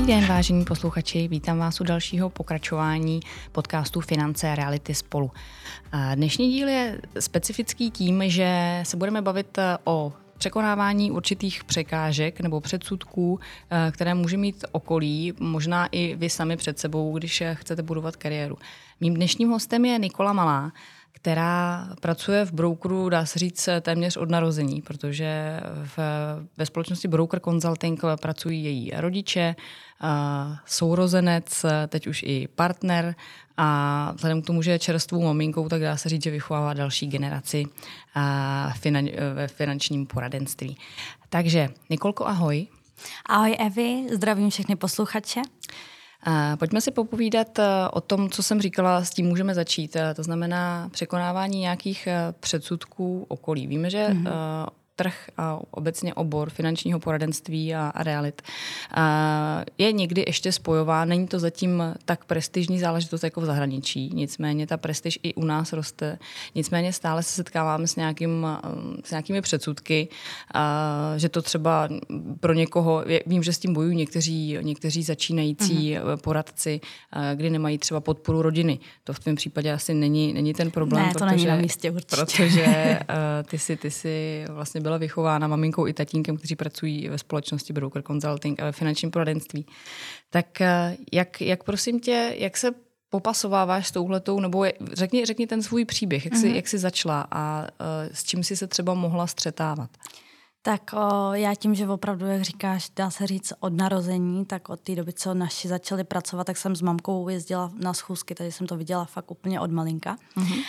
den, vážení posluchači, vítám vás u dalšího pokračování podcastu Finance a reality spolu. Dnešní díl je specifický tím, že se budeme bavit o překonávání určitých překážek nebo předsudků, které může mít okolí, možná i vy sami před sebou, když chcete budovat kariéru. Mým dnešním hostem je Nikola Malá, která pracuje v brokeru, dá se říct, téměř od narození, protože ve společnosti Broker Consulting pracují její rodiče, sourozenec, teď už i partner a vzhledem k tomu, že je čerstvou maminkou, tak dá se říct, že vychovává další generaci ve finančním poradenství. Takže Nikolko, ahoj. Ahoj Evi, zdravím všechny posluchače. Pojďme si popovídat o tom, co jsem říkala, s tím můžeme začít. To znamená překonávání nějakých předsudků okolí. Víme, že trh a obecně obor finančního poradenství a realit je někdy ještě spojován. Není to zatím tak prestižní záležitost jako v zahraničí. Nicméně ta prestiž i u nás roste. Nicméně stále se setkáváme s nějakými předsudky, že to třeba pro někoho, vím, že s tím bojují někteří začínající poradci, kdy nemají třeba podporu rodiny. To v tvém případě asi není ten problém. Ne, to není na místě určitě. Protože ty jsi vlastně byla vychována maminkou i tatínkem, kteří pracují ve společnosti Broker Consulting a ve finančním poradenství. Tak jak prosím tě, jak se popasováváš s touhletou, nebo řekni ten svůj příběh, jak jsi začala a s čím jsi se třeba mohla střetávat? Tak já tím, že opravdu, jak říkáš, dá se říct od narození, tak od té doby, co naši začali pracovat, tak jsem s mamkou jezdila na schůzky, takže jsem to viděla fakt úplně od malinka.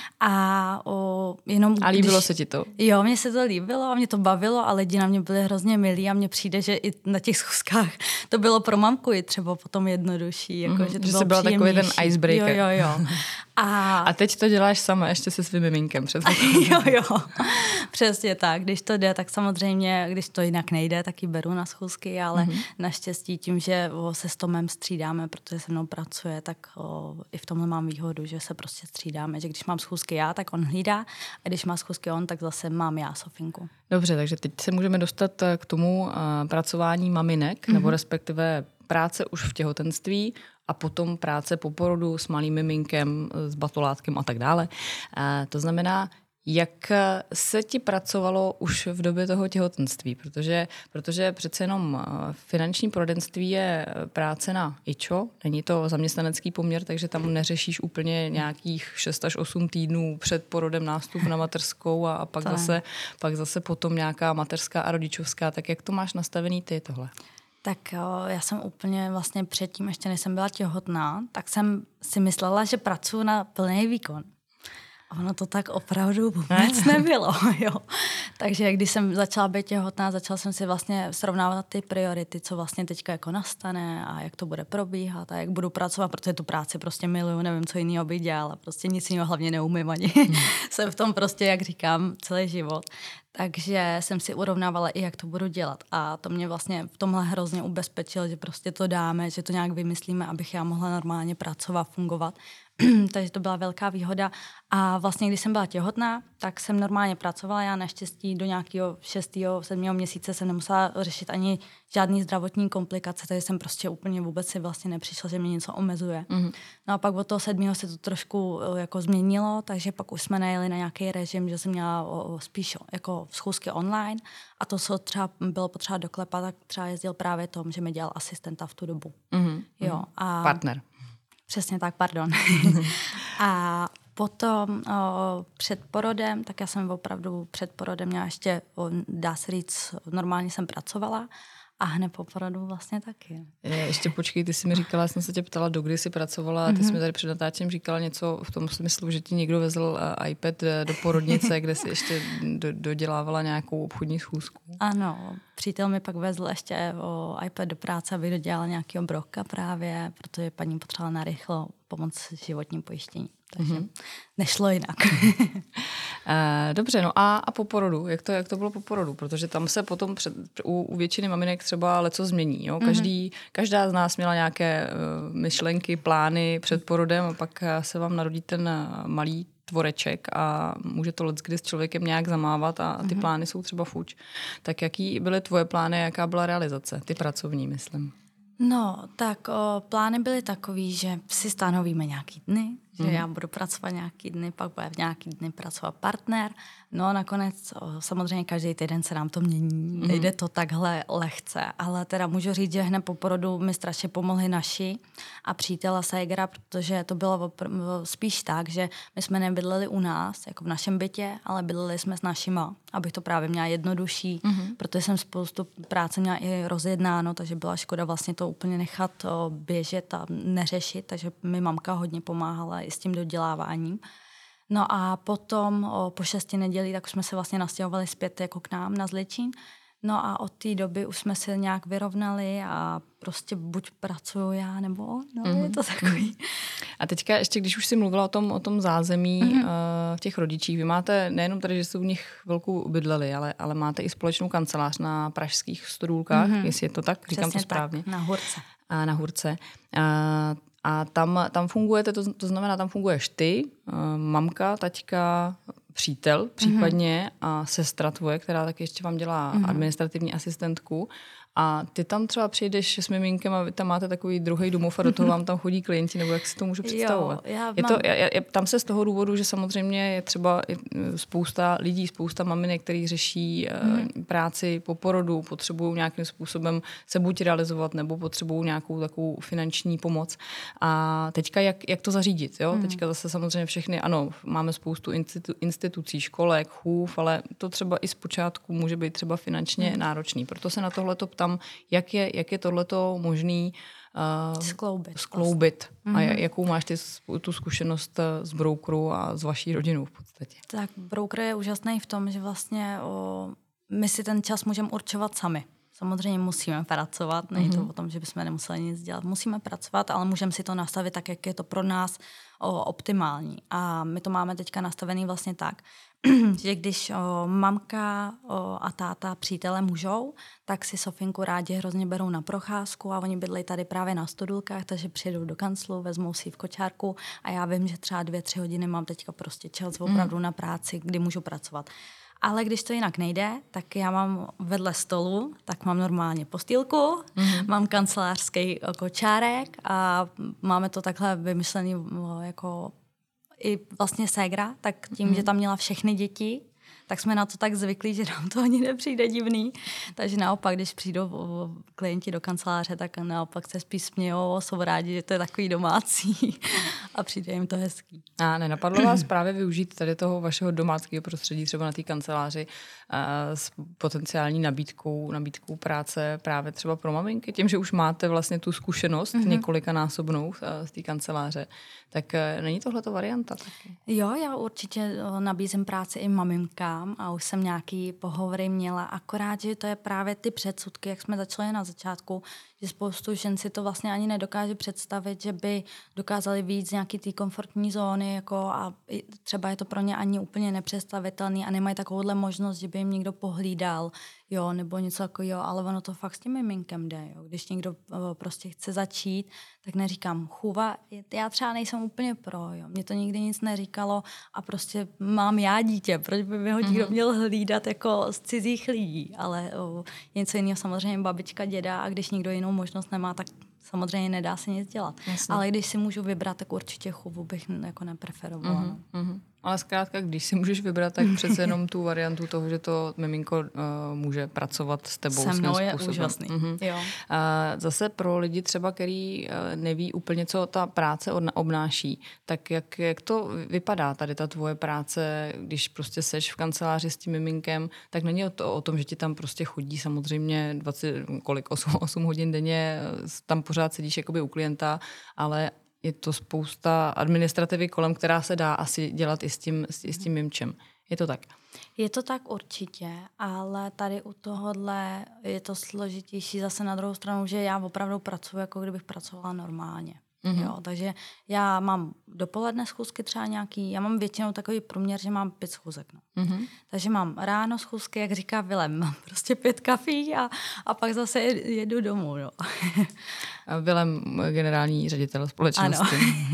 A líbilo se ti to? Jo, mně se to líbilo a mě to bavilo a lidi na mě byli hrozně milí a mně přijde, že i na těch schůzkách to bylo pro mamku i třeba potom jednodušší. Jako, že to že bylo jsi byla takový ten icebreaker. Jo. A teď to děláš sama ještě se svým miminkem. Jo, přesně tak. Když to jde, tak samozřejmě, když to jinak nejde, tak ji beru na schůzky, ale naštěstí tím, že se s Tomem střídáme, protože se mnou pracuje, tak i v tomhle mám výhodu, že se prostě střídáme, že když mám schůzky já, tak on hlídá a když má schůzky on, tak zase mám já Sofinku. Dobře, takže teď se můžeme dostat k tomu pracování maminek, nebo respektive práce už v těhotenství a potom práce po porodu s malým miminkem, s batolátkem a tak dále. To znamená, jak se ti pracovalo už v době toho těhotenství? Protože přece jenom finanční poradenství je práce na IČO, není to zaměstnanecký poměr, takže tam neřešíš úplně nějakých 6 až 8 týdnů před porodem nástup na mateřskou a pak zase potom nějaká mateřská a rodičovská. Tak jak to máš nastavený ty tohle? Tak já jsem úplně vlastně předtím, ještě než jsem byla těhotná, tak jsem si myslela, že pracuji na plný výkon. Ono to tak opravdu vůbec nebylo. Jo. Takže když jsem začala být těhotná, začala jsem si vlastně srovnávat ty priority, co vlastně teďka jako nastane a jak to bude probíhat a jak budu pracovat, protože tu práci prostě miluju, nevím, co jiného bych dělala. Prostě nic jiného hlavně neumím ani. Jsem v tom prostě, jak říkám, celý život. Takže jsem si urovnávala i, jak to budu dělat. A to mě vlastně v tomhle hrozně ubezpečilo, že prostě to dáme, že to nějak vymyslíme, abych já mohla normálně pracovat, fungovat. Takže to byla velká výhoda. A vlastně, když jsem byla těhotná, tak jsem normálně pracovala. Já naštěstí do nějakého 6. 7. měsíce jsem nemusela řešit ani žádný zdravotní komplikace, takže jsem prostě úplně vůbec si vlastně nepřišla, že mě něco omezuje. No a pak od toho 7. se to trošku jako změnilo, takže pak už jsme najeli na nějaký režim, že jsem měla spíš jako schůzky online a to, co třeba bylo potřeba doklepat, tak třeba jezdil právě Tom, že mi dělal asistenta v tu dobu. Jo, a partner. Přesně tak, pardon. A potom před porodem, tak já jsem opravdu před porodem měla ještě, dá se říct, normálně jsem pracovala a hned po porodu vlastně taky. Ještě počkej, ty jsi mi říkala, já jsem se tě ptala, dokdy jsi pracovala a ty jsi mi tady před natáčem říkala něco v tom smyslu, že ti někdo vezl iPad do porodnice, kde si ještě dodělávala nějakou obchodní schůzku. Ano, přítel mi pak vezl ještě iPad do práce, aby dodělala nějakého broka právě, protože paní potřebovala narychlo pomoc s životním pojištěním. Takže nešlo jinak. Dobře, no a po porodu? Jak to bylo po porodu? Protože tam se potom u většiny maminek třeba leco změní. Jo? Každá z nás měla nějaké myšlenky, plány před porodem a pak se vám narodí ten malý tvoreček a může to leckdy s člověkem nějak zamávat a ty plány jsou třeba fuč. Tak jaký byly tvoje plány, jaká byla realizace? Ty pracovní, myslím. No, tak plány byly takový, že si stanovíme nějaký dny, že já budu pracovat nějaký dny, pak bude v nějaký dny pracovat partner. No nakonec samozřejmě každý týden se nám to mění, nejde to takhle lehce, ale teda můžu říct, že hned po porodu mi strašně pomohli naši a přítel a ségra, protože to bylo spíš tak, že my jsme nebydleli u nás, jako v našem bytě, ale bydleli jsme s našima, abych to právě měla jednodušší, protože jsem spoustu práce měla i rozjednáno, takže byla škoda vlastně to úplně nechat běžet a neřešit, takže mi mamka hodně pomáhala i s tím doděláváním. No a potom po 6 nedělí, tak jsme se vlastně nastěhovali zpět jako k nám na Zličín. No a od té doby už jsme se nějak vyrovnali a prostě buď pracuju já, nebo on, je to takový. A teďka ještě, když už jsi mluvila o tom zázemí těch rodičích, vy máte nejenom tady, že jste u nich chvilku bydleli, ale máte i společnou kancelář na pražských Studulkách, jestli je to tak, přesně říkám to správně. Tak, na Hurce. Na Hurce. A tam fungujete, to znamená, tam funguješ ty, mamka, taťka, přítel případně a sestra tvoje, která taky ještě vám dělá administrativní asistentku. A ty tam třeba přijdeš s miminkem a vy tam máte takový druhý domov a do toho vám tam chodí klienti, nebo jak si to můžu představovat? Tam se z toho důvodu, že samozřejmě je třeba spousta lidí, spousta maminek, který řeší práci po porodu, potřebují nějakým způsobem se buď realizovat, nebo potřebují nějakou takovou finanční pomoc. A teďka jak to zařídit? Jo? Teďka zase samozřejmě všechny, ano, máme spoustu institucí, školek, chův, ale to třeba i zpočátku může být třeba finančně náročný. Proto se na tohleto ptám, jak je tohleto možný skloubit. A jakou máš tu zkušenost z brokeru a z vaší rodinou v podstatě? Tak broker je úžasný v tom, že vlastně my si ten čas můžeme určovat sami. Samozřejmě musíme pracovat, není to o tom, že bychom nemuseli nic dělat. Musíme pracovat, ale můžeme si to nastavit tak, jak je to pro nás optimální. A my to máme teďka nastavený vlastně tak, že když mamka a táta přítelé můžou, tak si Sofinku rádi hrozně berou na procházku a oni bydlejí tady právě na Studulkách, takže přijedou do kanclu, vezmou si v kočárku a já vím, že třeba 2-3 hodiny mám teďka prostě čas opravdu na práci, kdy můžu pracovat. Ale když to jinak nejde, tak já mám vedle stolu, tak mám normálně postýlku, mám kancelářský kočárek a máme to takhle vymyšlený jako i vlastně ségra, tak tím, že tam měla všechny děti, tak jsme na to tak zvyklí, že nám to ani nepřijde divný. Takže naopak, když přijdou klienti do kanceláře, tak naopak se spíš smějou, jsou rádi, že to je takový domácí a přijde jim to hezký. A nenapadlo vás právě využít tady toho vašeho domáckého prostředí třeba na té kanceláři s potenciální nabídkou práce právě třeba pro maminky? Tím, že už máte vlastně tu zkušenost několikanásobnou z té kanceláře, tak není tohleto varianta taky? Jo, já určitě nabízím práci i maminkám a už jsem nějaký pohovory měla, akorát, že to je právě ty předsudky, jak jsme začali na začátku, že spoustu žen si to vlastně ani nedokáže představit, že by dokázali vyjít z nějaký té komfortní zóny jako a třeba je to pro ně ani úplně nepředstavitelný a nemají takovouhle možnost, že by jim někdo pohlídal, jo, nebo něco jako jo, ale ono to fakt s tím miminkem jde, jo. Když někdo prostě chce začít, tak neříkám chůva, já třeba nejsem úplně pro, jo. Mně to nikdy nic neříkalo a prostě mám já dítě, proč by mi ho někdo měl hlídat jako z cizích lidí, ale něco jiného samozřejmě babička, děda a když někdo jinou možnost nemá, tak samozřejmě nedá se nic dělat. Jasně. Ale když si můžu vybrat, tak určitě chůvu bych jako nepreferovala. Ale zkrátka, když si můžeš vybrat, tak přece jenom tu variantu toho, že to miminko může pracovat s tebou. Se mnou je úžasný. Jo. Zase pro lidi třeba, který neví úplně, co ta práce obnáší, tak jak to vypadá tady ta tvoje práce, když prostě seš v kanceláři s tím miminkem, tak není to o tom, že ti tam prostě chodí samozřejmě 8 hodin denně, tam pořád sedíš jakoby u klienta, ale je to spousta administrativy kolem, která se dá asi dělat i s tím mimčem. Je to tak? Je to tak určitě, ale tady u tohohle je to složitější zase na druhou stranu, že já opravdu pracuji, jako kdybych pracovala normálně. Jo, takže já mám dopoledne schůzky třeba nějaký, já mám většinou takový průměr, že mám 5 schůzek. No. Takže mám ráno schůzky, jak říká Vilém, mám prostě 5 kafí a pak zase jedu domů. No. Vilém, generální ředitel společnosti.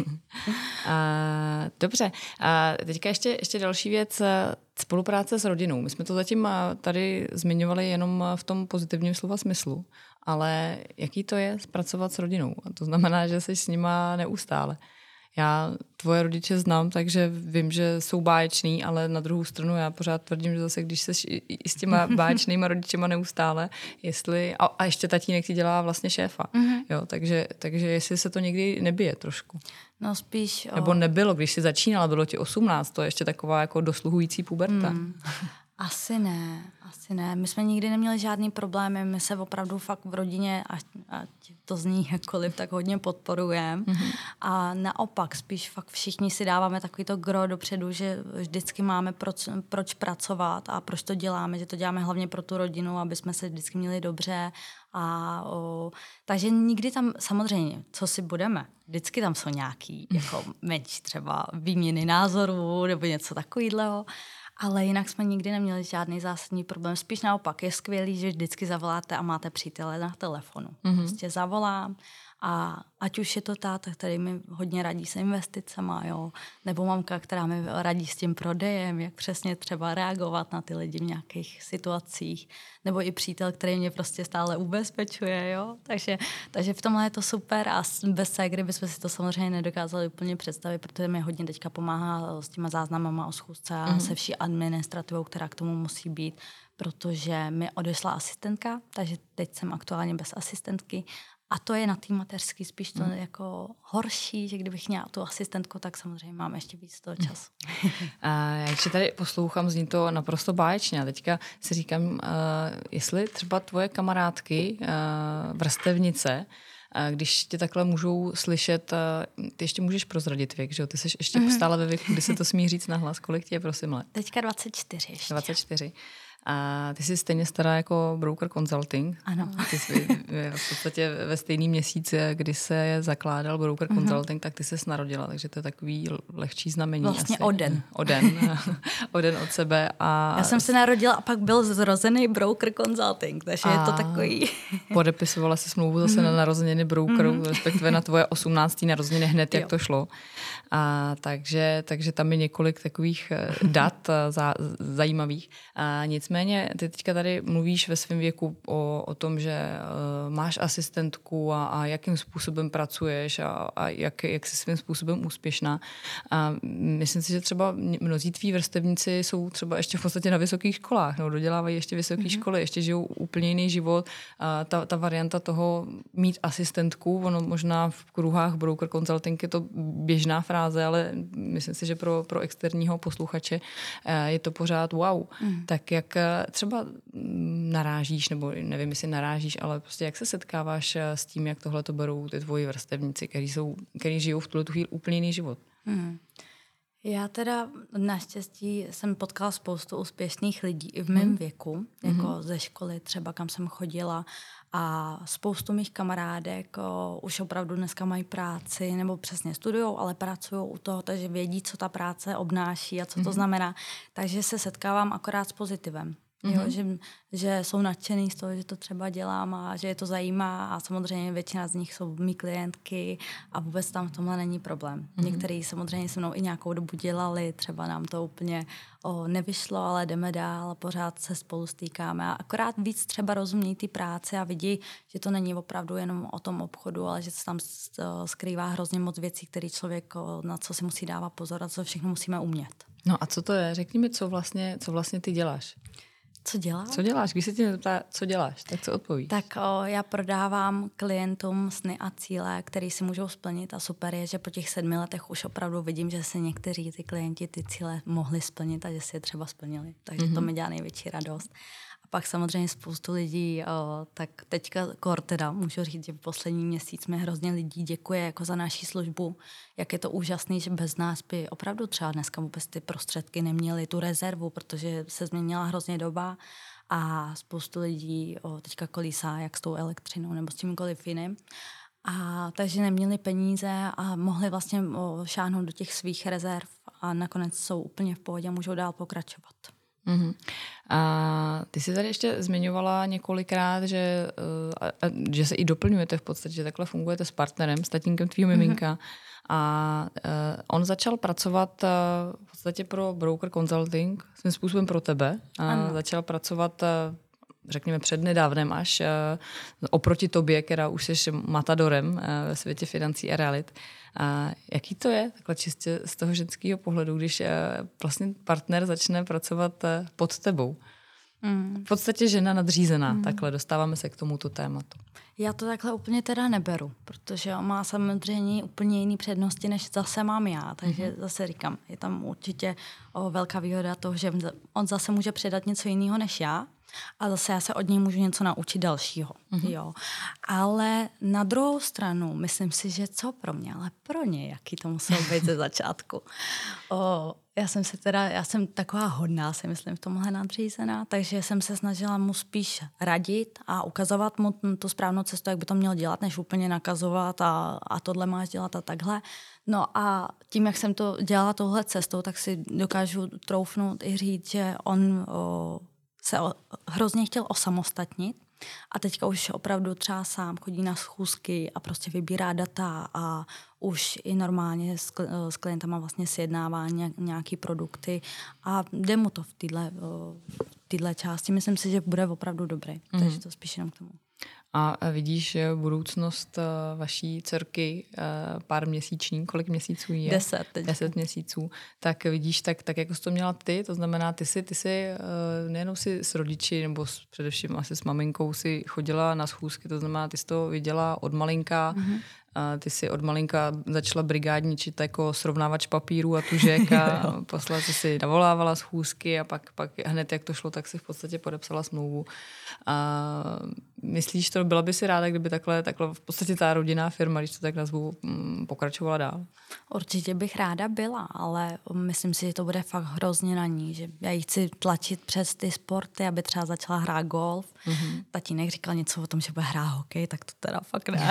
Dobře. Teďka ještě další věc, spolupráce s rodinou. My jsme to zatím tady zmiňovali jenom v tom pozitivním slova smyslu, ale jaký to je pracovat s rodinou? A to znamená, že jsi s nima neustále. Já tvoje rodiče znám, takže vím, že jsou báječní, ale na druhou stranu já pořád tvrdím, že zase, když jsi i s těma báječnýma rodičema neustále, a ještě tatínek ti dělá vlastně šéfa, jo, takže jestli se to někdy nebije trošku. No spíš... Nebo nebylo, když jsi začínala, bylo ti 18, to je ještě taková jako dosluhující puberta. Asi ne. My jsme nikdy neměli žádný problémy, my se opravdu fakt v rodině, ať to zní jakkoliv, tak hodně podporujeme. A naopak, spíš fakt všichni si dáváme takový to gro dopředu, že vždycky máme proč pracovat a proč to děláme, že to děláme hlavně pro tu rodinu, aby jsme se vždycky měli dobře. Takže nikdy tam, samozřejmě, co si budeme, vždycky tam jsou nějaký jako menší třeba výměny názorů nebo něco takového. Ale jinak jsme nikdy neměli žádný zásadní problém. Spíš naopak, je skvělý, že vždycky zavoláte a máte přítele na telefonu. Prostě zavolám a ať už je to táta, který mi hodně radí s investicema, jo, nebo mamka, která mi radí s tím prodejem, jak přesně třeba reagovat na ty lidi v nějakých situacích, nebo i přítel, který mě prostě stále ubezpečuje, jo. Takže v tomhle je to super a bez ségry bychom si to samozřejmě nedokázali úplně představit, protože mi hodně teďka pomáhá s těma záznamama o schůzce a se vší administrativou, která k tomu musí být, protože mi odešla asistentka, takže teď jsem aktuálně bez asistentky. A to je na té mateřský spíš to jako horší, že kdybych měla tu asistentku, tak samozřejmě mám ještě víc toho času. Jak tě tady poslouchám, zní to naprosto báječně. A teďka si říkám, jestli třeba tvoje kamarádky, vrstevnice, když tě takhle můžou slyšet, ty ještě můžeš prozradit věk, že jo? Ty jsi ještě stále ve věku, kdy se to smí říct nahlas. Kolik ti je, prosím, let? Teďka 24 ještě. 24. A ty jsi stejně stará jako Broker Consulting. Ano. Ty jsi v podstatě ve stejný měsíc, kdy se zakládal Broker Consulting, tak ty jsi narodila, takže to je takový lehčí znamení. Vlastně asi. o den. O den od sebe. A já jsem se narodila a pak byl zrozený Broker Consulting, takže je to takový... Podepisovala si smlouvu zase na narozeniny brokeru, respektive na tvoje 18. narozeniny hned, jak to šlo. Takže tam je několik takových dat zajímavých. Nicméně ty teďka tady mluvíš ve svém věku o tom, že máš asistentku a jakým způsobem pracuješ a jak jsi svým způsobem úspěšná. A myslím si, že třeba mnozí tví vrstevníci jsou třeba ještě v podstatě na vysokých školách, nebo dodělávají ještě vysoké školy, ještě žijou úplně jiný život. A ta varianta toho mít asistentku, ono možná v kruhách Broker Consulting je to běžná fráze, ale myslím si, že pro externího posluchače je to pořád wow. Tak jak třeba narážíš, nebo nevím, jestli narážíš, ale prostě jak se setkáváš s tím, jak tohle to berou ty tvoji vrstevníci, kteří žijou v tuhle chvíli úplně jiný život? Já teda naštěstí jsem potkala spoustu úspěšných lidí i v mém věku, jako ze školy třeba, kam jsem chodila, a spoustu mých kamarádek už opravdu dneska mají práci, nebo přesně studujou, ale pracují u toho, takže vědí, co ta práce obnáší a co to znamená. Takže se setkávám akorát s pozitivem. Jo, že jsou nadšený z toho, že to třeba dělám a že je to zajímá a samozřejmě většina z nich jsou mý klientky a vůbec tam v tomhle není problém. Některý samozřejmě se mnou i nějakou dobu dělali, třeba nám to úplně nevyšlo, ale jdeme dál a pořád se spolu stýkáme a akorát víc třeba rozumějí ty práce a vidí, že to není opravdu jenom o tom obchodu, ale že se tam skrývá hrozně moc věcí, které člověk, na co si musí dávat pozor a co všechno musíme umět. No a co to je? Řekni mi, co vlastně ty děláš. Co dělám? Co děláš? Když se tě zeptá, co děláš, tak co odpovíš? Tak já prodávám klientům sny a cíle, které si můžou splnit a super je, že po těch 7 letech už opravdu vidím, že se někteří ty klienti ty cíle mohli splnit a že si je třeba splnili. Takže to mi dělá největší radost. A pak samozřejmě spoustu lidí, tak teďka teda můžu říct, že v poslední měsíc mi hrozně lidí děkuje jako za naši službu, jak je to úžasný, že bez nás by opravdu třeba dneska vůbec ty prostředky neměly tu rezervu, protože se změnila hrozně doba a spoustu lidí teďka kolísá jak s tou elektřinou nebo s čímkoliv jiným. A takže neměli peníze a mohli vlastně šáhnout do těch svých rezerv a nakonec jsou úplně v pohodě a můžou dál pokračovat. A ty jsi tady ještě zmiňovala několikrát, že se i doplňujete v podstatě, že takhle fungujete s partnerem, s tatínkem tvýho miminka. A on začal pracovat v podstatě pro Broker Consulting, svým způsobem pro tebe. A začal pracovat řekněme přednedávnem až oproti tobě, která už jsi matadorem ve světě financí a realit. A jaký to je, takhle čistě z toho ženského pohledu, když vlastně partner začne pracovat pod tebou? V podstatě žena nadřízená, takhle dostáváme se k tomuto tématu. Já to takhle úplně teda neberu, protože on má samozřejmě úplně jiný přednosti, než zase mám já. Takže zase říkám, je tam určitě velká výhoda toho, že on zase může předat něco jiného než já a zase já se od něj můžu něco naučit dalšího. Jo. Ale na druhou stranu, myslím si, že co pro mě, ale pro ně, jaký to muselo být ze začátku. Já jsem taková hodná, si myslím, v tomhle nadřízená, takže jsem se snažila mu spíš radit a ukazovat mu tu správnou cestu, jak by to měl dělat, než úplně nakazovat a tohle máš dělat a takhle. No a tím, jak jsem to dělala touhle cestou, tak si dokážu troufnout i říct, že on se hrozně chtěl osamostatnit a teďka už opravdu třeba sám chodí na schůzky a prostě vybírá data a už i normálně s klientama vlastně sjednává nějaký produkty a jde mu to v téhle části. Myslím si, že bude opravdu dobrý, takže to spíš jenom k tomu. A vidíš budoucnost vaší dcerky pár měsíční, kolik měsíců je? 10 měsíců. Tak vidíš, tak jako jsi to měla ty, to znamená, ty jsi nejenom si s rodiči, nebo především asi s maminkou si chodila na schůzky, to znamená, ty jsi to viděla od malinka, ty jsi od malinka začala brigádničit jako srovnávač papíru a tužek a posledně si navolávala schůzky a pak hned, jak to šlo, tak si v podstatě podepsala smlouvu. A myslíš to, byla by si ráda, kdyby takhle v podstatě ta rodinná firma, když to tak nazvu, pokračovala dál? Určitě bych ráda byla, ale myslím si, že to bude fakt hrozně na ní, že já ji chci tlačit přes ty sporty, aby třeba začala hrát golf. Tatínek říkal něco o tom, že bude hrát hokej, tak to teda fakt ne.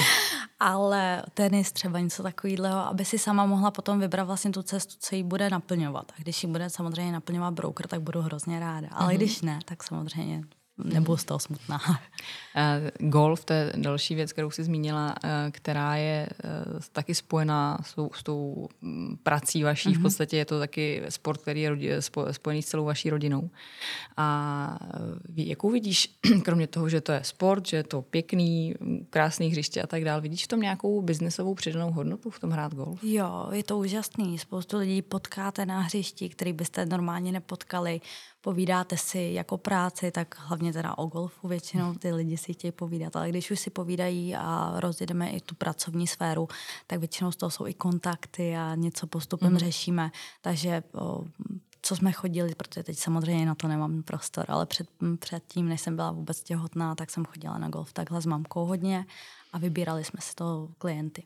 Ale tenis třeba něco takového, aby si sama mohla potom vybrat vlastně tu cestu, co jí bude naplňovat. A když jí bude samozřejmě naplňovat broker, tak budu hrozně ráda. Ale když ne, tak samozřejmě nebudu z toho smutná. Golf, to je další věc, kterou jsi zmínila, která je taky spojená s tou prací vaší. V podstatě je to taky sport, který je spojený s celou vaší rodinou. A jakou vidíš, kromě toho, že to je sport, že je to pěkný, krásný hřiště a tak dále, vidíš v tom nějakou biznesovou přidanou hodnotu v tom hrát golf? Jo, je to úžasný. Spoustu lidí potkáte na hřišti, který byste normálně nepotkali. Povídáte si jako práci, tak hlavně teda o golfu většinou ty lidi si chtějí povídat, ale když už si povídají a rozjedeme i tu pracovní sféru, tak většinou z toho jsou i kontakty a něco postupem řešíme, takže co jsme chodili, protože teď samozřejmě na to nemám prostor, ale předtím, než jsem byla vůbec těhotná, tak jsem chodila na golf takhle s mamkou hodně a vybírali jsme si to klienty.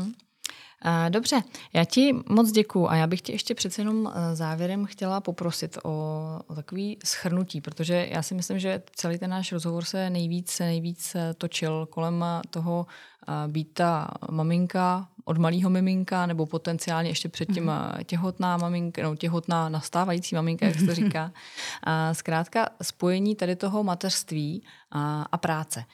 Dobře, já ti moc děkuju a já bych tě ještě přece jenom závěrem chtěla poprosit o takový shrnutí, protože já si myslím, že celý ten náš rozhovor se nejvíc točil kolem toho být ta maminka od malého miminka nebo potenciálně ještě předtím těhotná maminka, no, těhotná nastávající maminka, jak se to říká. A zkrátka spojení tady toho mateřství a práce.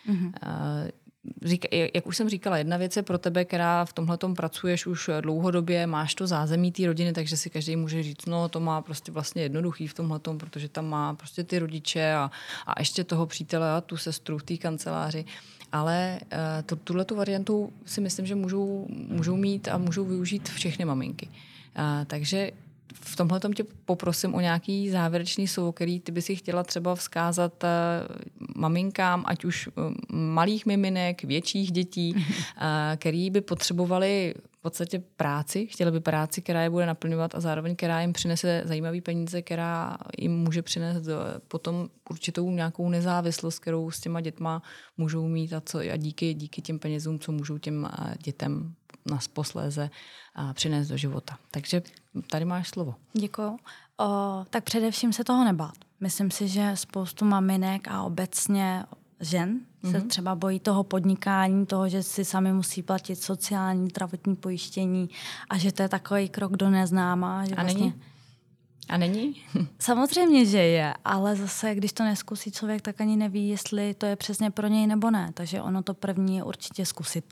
Jak už jsem říkala, jedna věc je pro tebe, která v tomhletom pracuješ už dlouhodobě, máš to zázemí té rodiny, takže si každý může říct, no to má prostě vlastně jednoduchý v tomhletom, protože tam má prostě ty rodiče a ještě toho přítele a tu sestru v té kanceláři. Ale tuhletu variantu si myslím, že můžou mít a můžou využít všechny maminky. Takže v tomhletom tě poprosím o nějaký závěrečný slovo, který ty by si chtěla třeba vzkázat maminkám, ať už malých miminek, větších dětí, který by potřebovali v podstatě práci, chtěli by práci, která je bude naplňovat a zároveň, která jim přinese zajímavé peníze, která jim může přinést potom určitou nějakou nezávislost, kterou s těma dětma můžou mít a díky těm penězům, co můžou těm dětem nás posléze přinést do života. Takže tady máš slovo. Děkuju. Tak především se toho nebát. Myslím si, že spoustu maminek a obecně žen se třeba bojí toho podnikání, toho, že si sami musí platit sociální, zdravotní pojištění a že to je takový krok do neznáma. Že A není? Samozřejmě, že je, ale zase, když to neskusí člověk, tak ani neví, jestli to je přesně pro něj nebo ne. Takže ono to první je určitě zkusit to.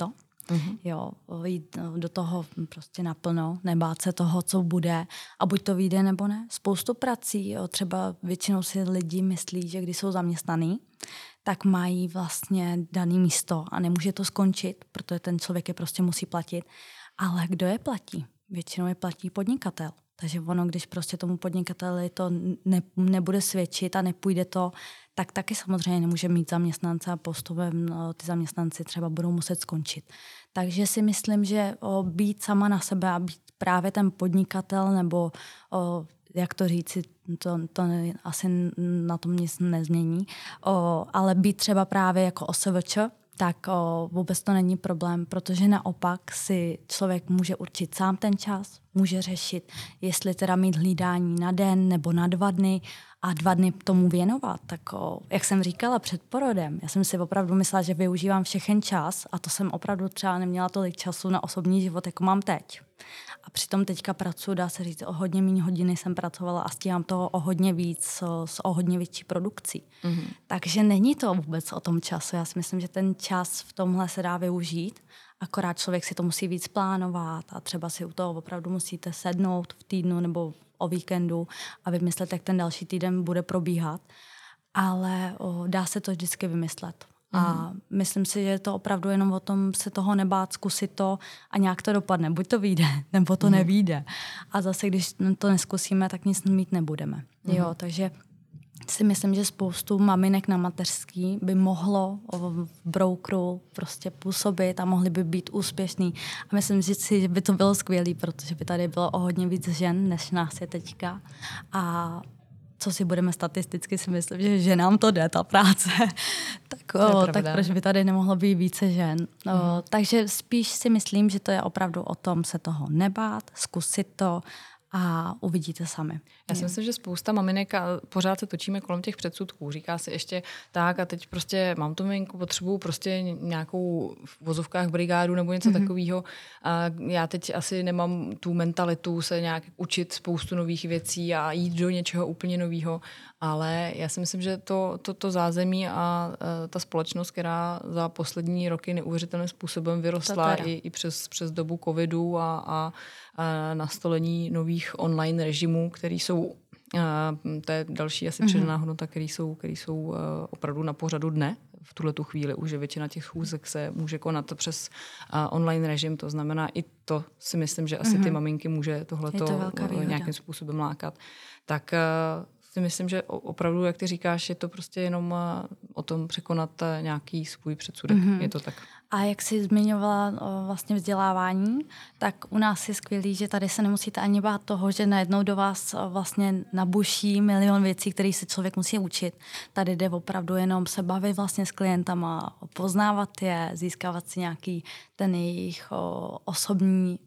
Jo, jít do toho prostě naplno, nebát se toho, co bude a buď to vyjde nebo ne. Spoustu prací, jo, třeba většinou si lidi myslí, že když jsou zaměstnaný, tak mají vlastně daný místo a nemůže to skončit, protože ten člověk je prostě musí platit. Ale kdo je platí? Většinou je platí podnikatel. Takže ono, když prostě tomu podnikateli to nebude svědčit a nepůjde to, tak taky samozřejmě nemůže mít zaměstnance a postupem ty zaměstnanci třeba budou muset skončit. Takže si myslím, že být sama na sebe a být právě ten podnikatel nebo jak to říci, to asi na tom nic nezmění, ale být třeba právě jako OSVČ, tak vůbec to není problém, protože naopak si člověk může určit sám ten čas, může řešit, jestli teda mít hlídání na den nebo na 2 dny a 2 dny tomu věnovat. Tak jak jsem říkala před porodem, já jsem si opravdu myslela, že využívám všechen čas a to jsem opravdu třeba neměla tolik času na osobní život, jako mám teď. A přitom teďka pracuji, dá se říct, o hodně méně hodiny jsem pracovala a stíhám toho o hodně víc, s o hodně větší produkcí. Takže není to vůbec o tom času. Já si myslím, že ten čas v tomhle se dá využít, akorát člověk si to musí víc plánovat a třeba si u toho opravdu musíte sednout v týdnu nebo o víkendu a vymyslet, jak ten další týden bude probíhat. Ale dá se to vždycky vymyslet. A myslím si, že je to opravdu jenom o tom se toho nebát, zkusit to a nějak to dopadne. Buď to vyjde, nebo to nevyjde. A zase, když to neskusíme, tak nic mít nebudeme. Jo, takže si myslím, že spoustu maminek na mateřský by mohlo v brokeru prostě působit a mohli by být úspěšný. A myslím si, že by to bylo skvělé, protože by tady bylo o hodně víc žen, než nás je teďka. A co si budeme statisticky, si myslím, že nám to jde, ta práce. tak proč by tady nemohlo být více žen? Takže spíš si myslím, že to je opravdu o tom se toho nebát, zkusit to a uvidíte sami. Já si myslím, že spousta maminek a pořád se točíme kolem těch předsudků. Říká si ještě tak a teď prostě mám tu maminku, potřebuju prostě nějakou v vozovkách brigádu nebo něco takového. A já teď asi nemám tu mentalitu se nějak učit spoustu nových věcí a jít do něčeho úplně nového. Ale já si myslím, že to zázemí a ta společnost, která za poslední roky neuvěřitelným způsobem vyrostla i přes dobu covidu a nastolení nových online režimů, který jsou, to je další asi přidaná hodnota, který jsou opravdu na pořadu dne. V tuhletu chvíli už je většina těch schůzek se může konat přes online režim, to znamená i to si myslím, že asi ty maminky může tohleto nějakým způsobem lákat. Tak si myslím, že opravdu, jak ty říkáš, je to prostě jenom o tom překonat nějaký svůj předsudek. Je to tak. A jak jsi zmiňovala vlastně vzdělávání, tak u nás je skvělý, že tady se nemusíte ani bát toho, že najednou do vás vlastně nabuší milion věcí, které se člověk musí učit. Tady jde opravdu jenom se bavit vlastně s klientama, poznávat je, získávat si nějaký ten jejich osobní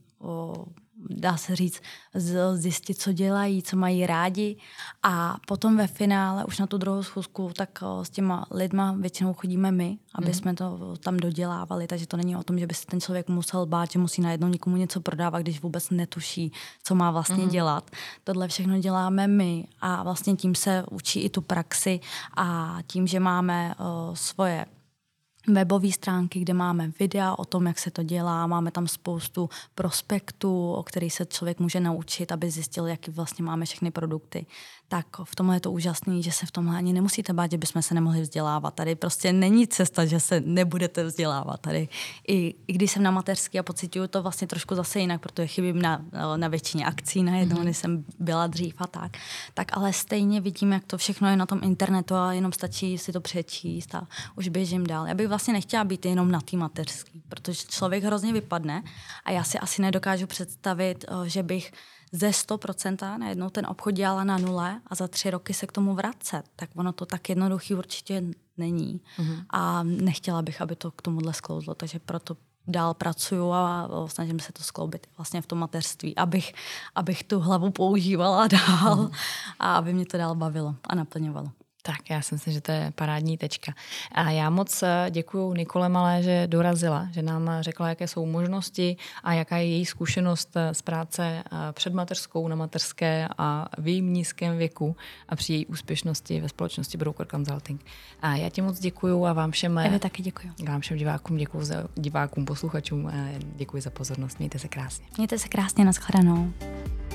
dá se říct, zjistit, co dělají, co mají rádi a potom ve finále už na tu druhou schůzku tak s těma lidma většinou chodíme my, aby jsme to tam dodělávali, takže to není o tom, že by se ten člověk musel bát, že musí najednou někomu něco prodávat, když vůbec netuší, co má vlastně dělat. Tohle všechno děláme my a vlastně tím se učí i tu praxi a tím, že máme svoje webové stránky, kde máme videa o tom, jak se to dělá, máme tam spoustu prospektů, o kterých se člověk může naučit, aby zjistil, jaký vlastně máme všechny produkty. Tak v tomhle je to úžasný, že se v tomhle ani nemusíte bát, že bychom se nemohli vzdělávat. Tady prostě není cesta, že se nebudete vzdělávat. Tady i když jsem na mateřský a pociťuju to vlastně trošku zase jinak, protože chybím na většině akcí najednou, než jsem byla dřív a tak ale stejně vidím, jak to všechno je na tom internetu a jenom stačí si to přečíst a už běžím dál. Já bych vlastně nechtěla být jenom na té mateřský, protože člověk hrozně vypadne a já si asi nedokážu představit, že bych ze 100% najednou ten obchod dělala na 0 a za 3 roky se k tomu vracet. Tak ono to tak jednoduchý určitě není. A nechtěla bych, aby to k tomuhle sklouzlo, takže proto dál pracuju a snažím se to skloubit vlastně v tom mateřství, abych tu hlavu používala dál a aby mě to dál bavilo a naplňovalo. Tak, já si myslím, že to je parádní tečka. A já moc děkuju Nikole Malé, že dorazila, že nám řekla, jaké jsou možnosti a jaká je její zkušenost z práce před mateřskou, na mateřské a v jejím nízkém věku a při její úspěšnosti ve společnosti Broker Consulting. A já ti moc děkuju a vám všem... Já taky děkuju. Vám všem divákům, posluchačům děkuji za pozornost. Mějte se krásně. Mějte se krásně, nashledanou.